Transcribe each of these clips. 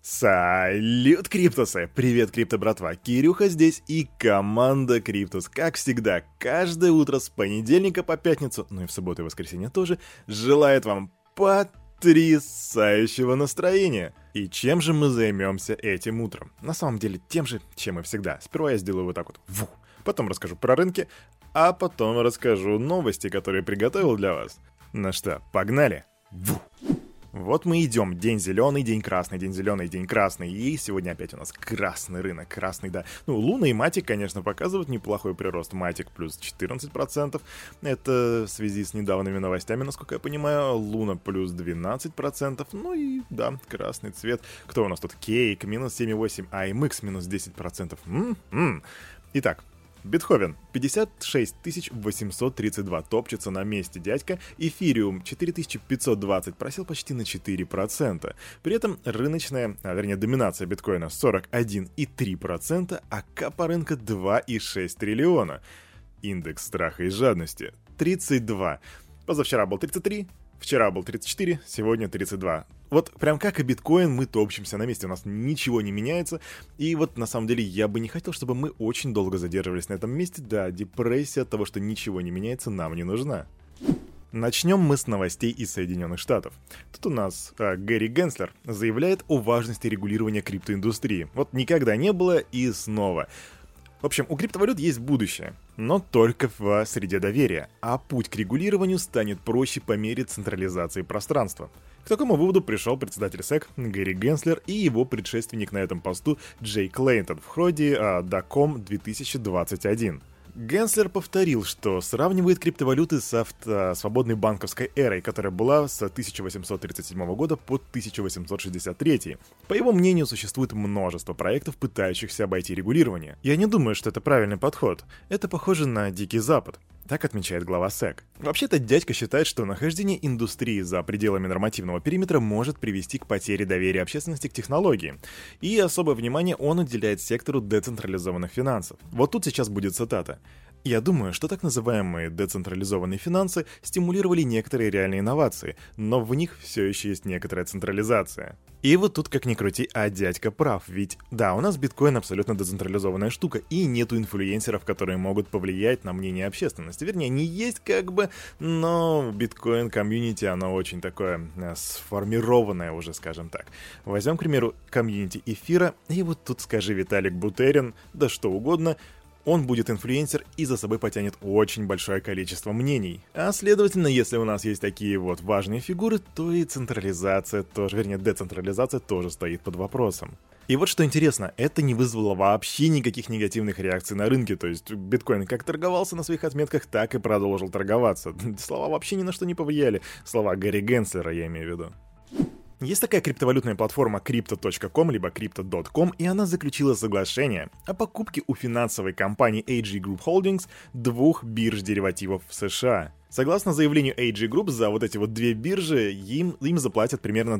Салют, Криптусы! Привет, Крипто братва! Кирюха здесь и команда Криптус. Как всегда, каждое утро с понедельника по пятницу, ну и в субботу и воскресенье тоже, желает вам потрясающего настроения. И чем же мы займемся этим утром? На самом деле, тем же, чем и всегда. Сперва я сделаю вот так вот. Потом расскажу про рынки, а потом расскажу новости, которые приготовил для вас. Ну что, погнали! Вот мы идем, день зеленый, день красный, день зеленый, день красный, и сегодня опять у нас красный рынок, красный, да. Ну, Луна и Матик, конечно, показывают неплохой прирост. Матик плюс 14%, это в связи с недавними новостями, насколько я понимаю. Луна плюс 12%, ну и, да, красный цвет. Кто у нас тут? Кейк, минус 7,8, а MX минус 10%. Итак. Бетховен 56 832 топчется на месте дядька, Эфириум 4520 просел почти на 4%. При этом рыночная, доминация биткоина 41,3%, а капа рынка 2,6 триллиона. Индекс страха и жадности 32. Позавчера был 33, вчера был 34, сегодня 32. Вот прям как и биткоин, мы топчемся на месте, у нас ничего не меняется. И вот на самом деле я бы не хотел, чтобы мы очень долго задерживались на этом месте. Да, депрессия от того, что ничего не меняется, нам не нужна. Начнем мы с новостей из Соединенных Штатов. Тут у нас Гэри Генслер заявляет о важности регулирования криптоиндустрии. Вот никогда не было и снова. В общем, у криптовалют есть будущее, но только в среде доверия, а путь к регулированию станет проще по мере централизации пространства. К такому выводу пришел председатель SEC Гэри Генслер и его предшественник на этом посту Джей Клейтон в ходе DACOM 2021. Генслер повторил, что сравнивает криптовалюты с свободной банковской эрой, которая была с 1837 года по 1863. По его мнению, существует множество проектов, пытающихся обойти регулирование. Я не думаю, что это правильный подход. Это похоже на Дикий Запад. Так отмечает глава SEC. Вообще-то дядька считает, что нахождение индустрии за пределами нормативного периметра может привести к потере доверия общественности к технологии. И особое внимание он уделяет сектору децентрализованных финансов. Вот тут сейчас будет цитата. «Я думаю, что так называемые децентрализованные финансы стимулировали некоторые реальные инновации, но в них все еще есть некоторая централизация». И вот тут как ни крути, а дядька прав, ведь да, у нас биткоин абсолютно децентрализованная штука, и нету инфлюенсеров, которые могут повлиять на мнение общественности. Вернее, они есть как бы, но биткоин-комьюнити, оно очень такое сформированное уже, скажем так. Возьмем, к примеру, комьюнити эфира, и вот тут скажи Виталик Бутерин, да что угодно, он будет инфлюенсер и за собой потянет очень большое количество мнений. А следовательно, если у нас есть такие вот важные фигуры, то и централизация тоже, вернее, децентрализация тоже стоит под вопросом. И вот что интересно, это не вызвало вообще никаких негативных реакций на рынке, то есть биткоин как торговался на своих отметках, так и продолжил торговаться. Слова вообще ни на что не повлияли, слова Гэри Генслера я имею в виду. Есть такая криптовалютная платформа Crypto.com либо Crypto.com, и она заключила соглашение о покупке у финансовой компании AG Group Holdings двух бирж деривативов в США. Согласно заявлению AG Group, за вот эти вот две биржи им заплатят примерно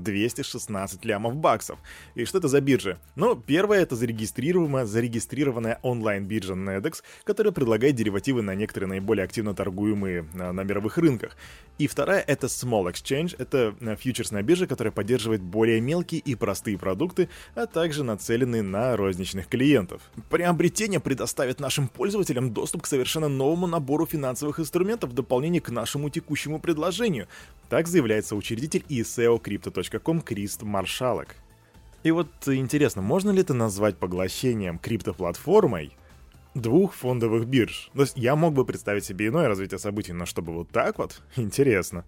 216 лямов баксов. И что это за биржи? Ну, первая — это зарегистрированная онлайн-биржа Nedex, которая предлагает деривативы на некоторые наиболее активно торгуемые на мировых рынках. И вторая — это Small Exchange, это фьючерсная биржа, которая поддерживает более мелкие и простые продукты, а также нацеленные на розничных клиентов. Приобретение предоставит нашим пользователям доступ к совершенно новому набору финансовых инструментов в дополнение к нашему текущему предложению. Так заявляется учредитель и SEO Crypto.com Крист Маршалок. И вот интересно, можно ли это назвать поглощением криптоплатформой двух фондовых бирж? То есть я мог бы представить себе иное развитие событий, но чтобы вот так вот? Интересно.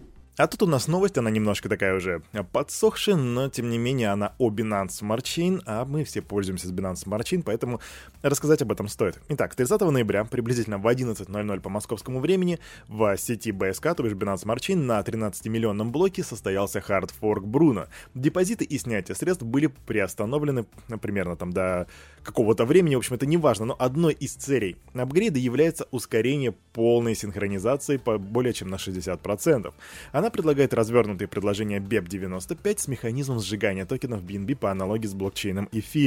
А тут у нас новость, она немножко такая уже подсохшая, но тем не менее она о Binance Smart Chain, а мы все пользуемся с Binance Smart Chain, поэтому рассказать об этом стоит. Итак, 30 ноября, приблизительно в 11:00 по московскому времени, в сети BSK, то бишь Binance Smart Chain, на 13-миллионном блоке состоялся хардфорк Bruno. Депозиты и снятие средств были приостановлены примерно там до какого-то времени, в общем, это не важно, но одной из целей апгрейда является ускорение полной синхронизации по более чем на 60%. Она предлагает развернутые предложения BEP-95 с механизмом сжигания токенов BNB по аналогии с блокчейном Ethereum.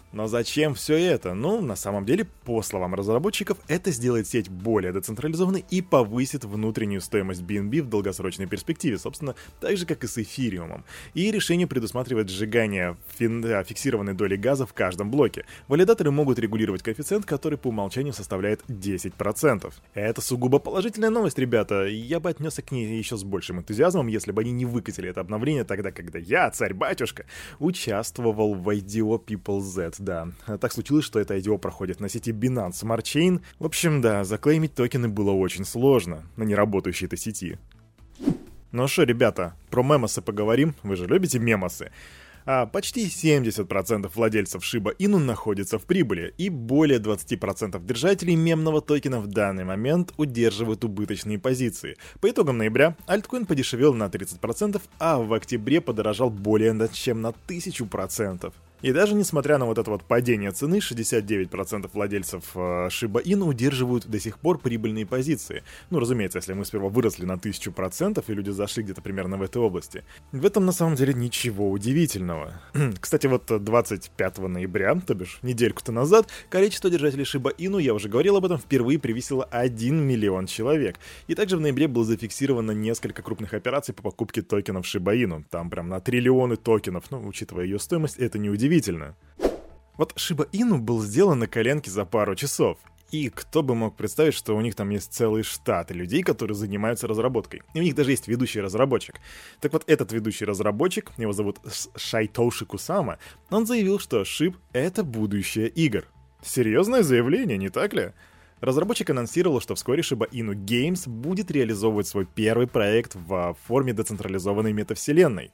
Но зачем все это? Ну, на самом деле, по словам разработчиков, это сделает сеть более децентрализованной и повысит внутреннюю стоимость BNB в долгосрочной перспективе, собственно, так же, как и с эфириумом. И решение предусматривает сжигание фиксированной доли газа в каждом блоке. Валидаторы могут регулировать коэффициент, который по умолчанию составляет 10%. Это сугубо положительная новость, ребята. Я бы отнесся к ней еще с большим энтузиазмом, если бы они не выкатили это обновление тогда, когда я, царь-батюшка, участвовал в IDO People Z. Да, так случилось, что это IDO проходит на сети Binance Smart Chain. В общем, да, заклеймить токены было очень сложно на неработающей этой сети. Ну что, ребята, про мемосы поговорим, вы же любите мемосы. Почти 70% владельцев Shiba Inu находятся в прибыли, и более 20% держателей мемного токена в данный момент удерживают убыточные позиции. По итогам ноября альткоин подешевел на 30%, а в октябре подорожал более чем на 1000%. И даже несмотря на вот это вот падение цены, 69% владельцев Shiba Inu удерживают до сих пор прибыльные позиции. Ну, разумеется, если мы сперва выросли на 1000%, и люди зашли где-то примерно в этой области. В этом на самом деле ничего удивительного. Кстати, вот 25 ноября, то бишь недельку-то назад, количество держателей Shiba Inu, я уже говорил об этом, впервые превысило 1 миллион человек. И также в ноябре было зафиксировано несколько крупных операций по покупке токенов Shiba Inu. Там прям на триллионы токенов, ну, учитывая ее стоимость, это не удивительно. Вот Shiba Inu был сделан на коленке за пару часов. И кто бы мог представить, что у них там есть целый штат людей, которые занимаются разработкой. И у них даже есть ведущий разработчик. Так вот, этот ведущий разработчик, его зовут Сайтоши Кусама, он заявил, что SHIB — это будущее игр. Серьезное заявление, не так ли? Разработчик анонсировал, что вскоре Shiba Inu Games будет реализовывать свой первый проект в форме децентрализованной метавселенной.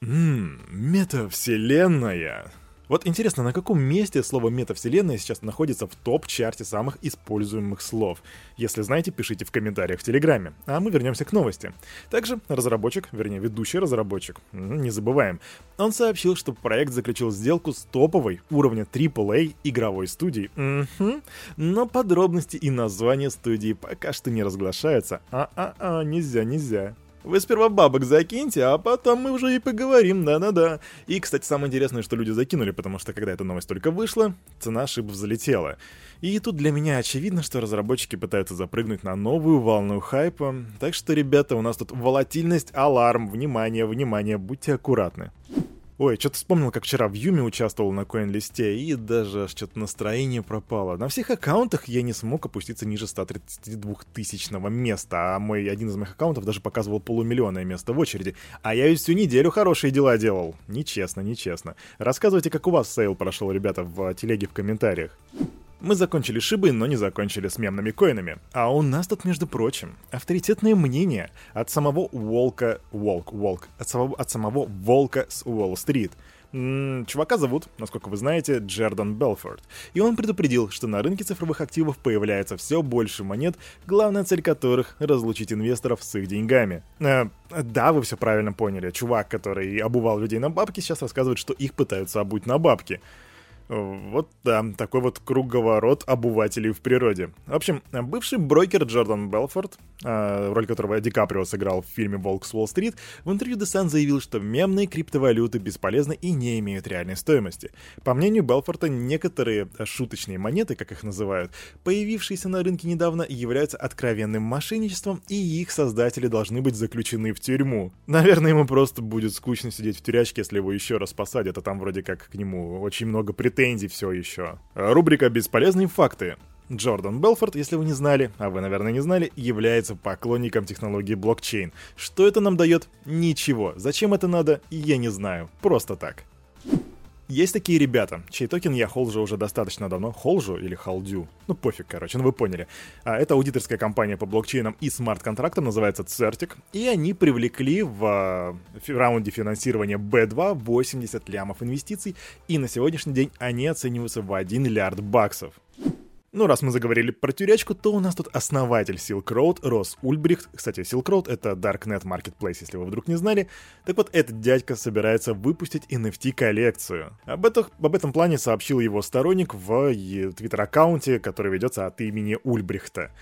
Метавселенная. Вот интересно, на каком месте слово «метавселенная» сейчас находится в топ-чарте самых используемых слов? Если знаете, пишите в комментариях в Телеграме. А мы вернемся к новости. Также разработчик, вернее ведущий разработчик, не забываем, он сообщил, что проект заключил сделку с топовой уровня AAA игровой студией. Но подробности и название студии пока что не разглашаются. Нельзя. Вы сперва бабок закиньте, а потом мы уже и поговорим, да-да-да. И, кстати, самое интересное, что люди закинули, потому что когда эта новость только вышла, цена SHIB взлетела. И тут для меня очевидно, что разработчики пытаются запрыгнуть на новую волну хайпа. Так что, ребята, у нас тут волатильность, аларм, внимание, будьте аккуратны. Ой, что-то вспомнил, как вчера в Юме участвовал на коин-листе, и даже что-то настроение пропало. На всех аккаунтах я не смог опуститься ниже 132-тысячного места, а один из моих аккаунтов даже показывал полумиллионное место в очереди. А я ведь всю неделю хорошие дела делал. Нечестно. Рассказывайте, как у вас сейл прошел, ребята, в телеге в комментариях. Мы закончили Шибой, но не закончили с мемными коинами. А у нас тут, между прочим, авторитетное мнение от самого от самого волка с Уолл-стрит. Чувака зовут, насколько вы знаете, Джордан Белфорд. И он предупредил, что на рынке цифровых активов появляется все больше монет, главная цель которых — разлучить инвесторов с их деньгами. Да, вы все правильно поняли. Чувак, который обувал людей на бабки, сейчас рассказывает, что их пытаются обуть на бабки. Вот да, такой вот круговорот обувателей в природе. В общем, бывший брокер Джордан Белфорд, роль которого Ди Каприо сыграл в фильме «Волк с Уолл-стрит», в интервью The Sun заявил, что мемные криптовалюты бесполезны и не имеют реальной стоимости. По мнению Белфорда, некоторые шуточные монеты, как их называют, появившиеся на рынке недавно, являются откровенным мошенничеством, и их создатели должны быть заключены в тюрьму. Наверное, ему просто будет скучно сидеть в тюрячке, если его еще раз посадят, а там вроде как к нему очень много претензий все еще. Рубрика «Бесполезные факты». Джордан Белфорд, если вы не знали, а вы, наверное, не знали, является поклонником технологии блокчейн. Что это нам дает? Ничего. Зачем это надо? Я не знаю. Просто так. Есть такие ребята, чей токен я холджу уже достаточно давно. Холджу или холдю? Ну пофиг, короче, ну вы поняли. Это аудиторская компания по блокчейнам и смарт-контрактам, называется Certic. И они привлекли в раунде финансирования B2 80 лямов инвестиций. И на сегодняшний день они оцениваются в 1 миллиард баксов. Ну, раз мы заговорили про тюрячку, то у нас тут основатель Silk Road, Росс Ульбрихт. Кстати, Silk Road — это Darknet Marketplace, если вы вдруг не знали. Так вот, этот дядька собирается выпустить NFT-коллекцию. Об этом плане сообщил его сторонник в твиттер-аккаунте, который ведется от имени Ульбрихта.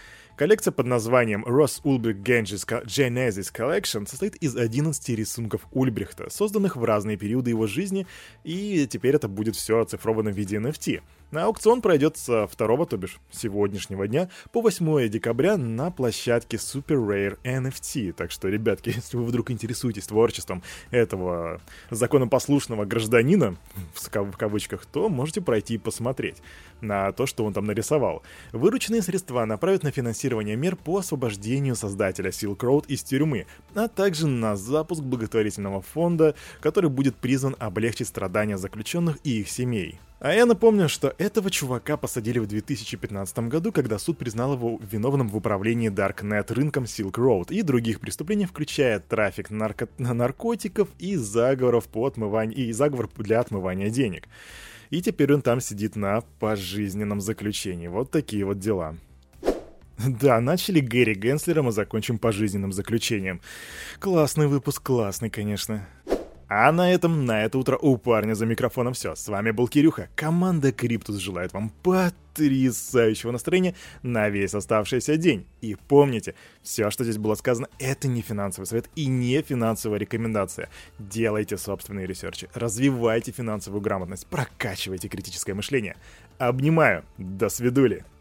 Коллекция под названием Ross Ulbricht Genesis Collection состоит из 11 рисунков Ульбрихта, созданных в разные периоды его жизни, и теперь это будет все оцифровано в виде NFT. Аукцион пройдет с 2, то бишь сегодняшнего дня, по 8 декабря на площадке Super Rare NFT. Так что, ребятки, если вы вдруг интересуетесь творчеством этого законопослушного гражданина, в кавычках, то можете пройти и посмотреть на то, что он там нарисовал. Вырученные средства направят на финансирование мер по освобождению создателя Silk Road из тюрьмы, а также на запуск благотворительного фонда, который будет призван облегчить страдания заключенных и их семей. А я напомню, что этого чувака посадили в 2015 году, когда суд признал его виновным в управлении Darknet рынком Silk Road и других преступлений, включая трафик наркотиков и заговор для отмывания денег. И теперь он там сидит на пожизненном заключении. Вот такие вот дела. Да, начали Гэри Генслером, и закончим пожизненным заключением. Классный выпуск, классный, конечно. А на это утро у парня за микрофоном все. С вами был Кирюха. Команда Криптус желает вам потрясающего настроения на весь оставшийся день. И помните, все, что здесь было сказано, это не финансовый совет и не финансовая рекомендация. Делайте собственные ресерчи, развивайте финансовую грамотность, прокачивайте критическое мышление. Обнимаю. До свидули.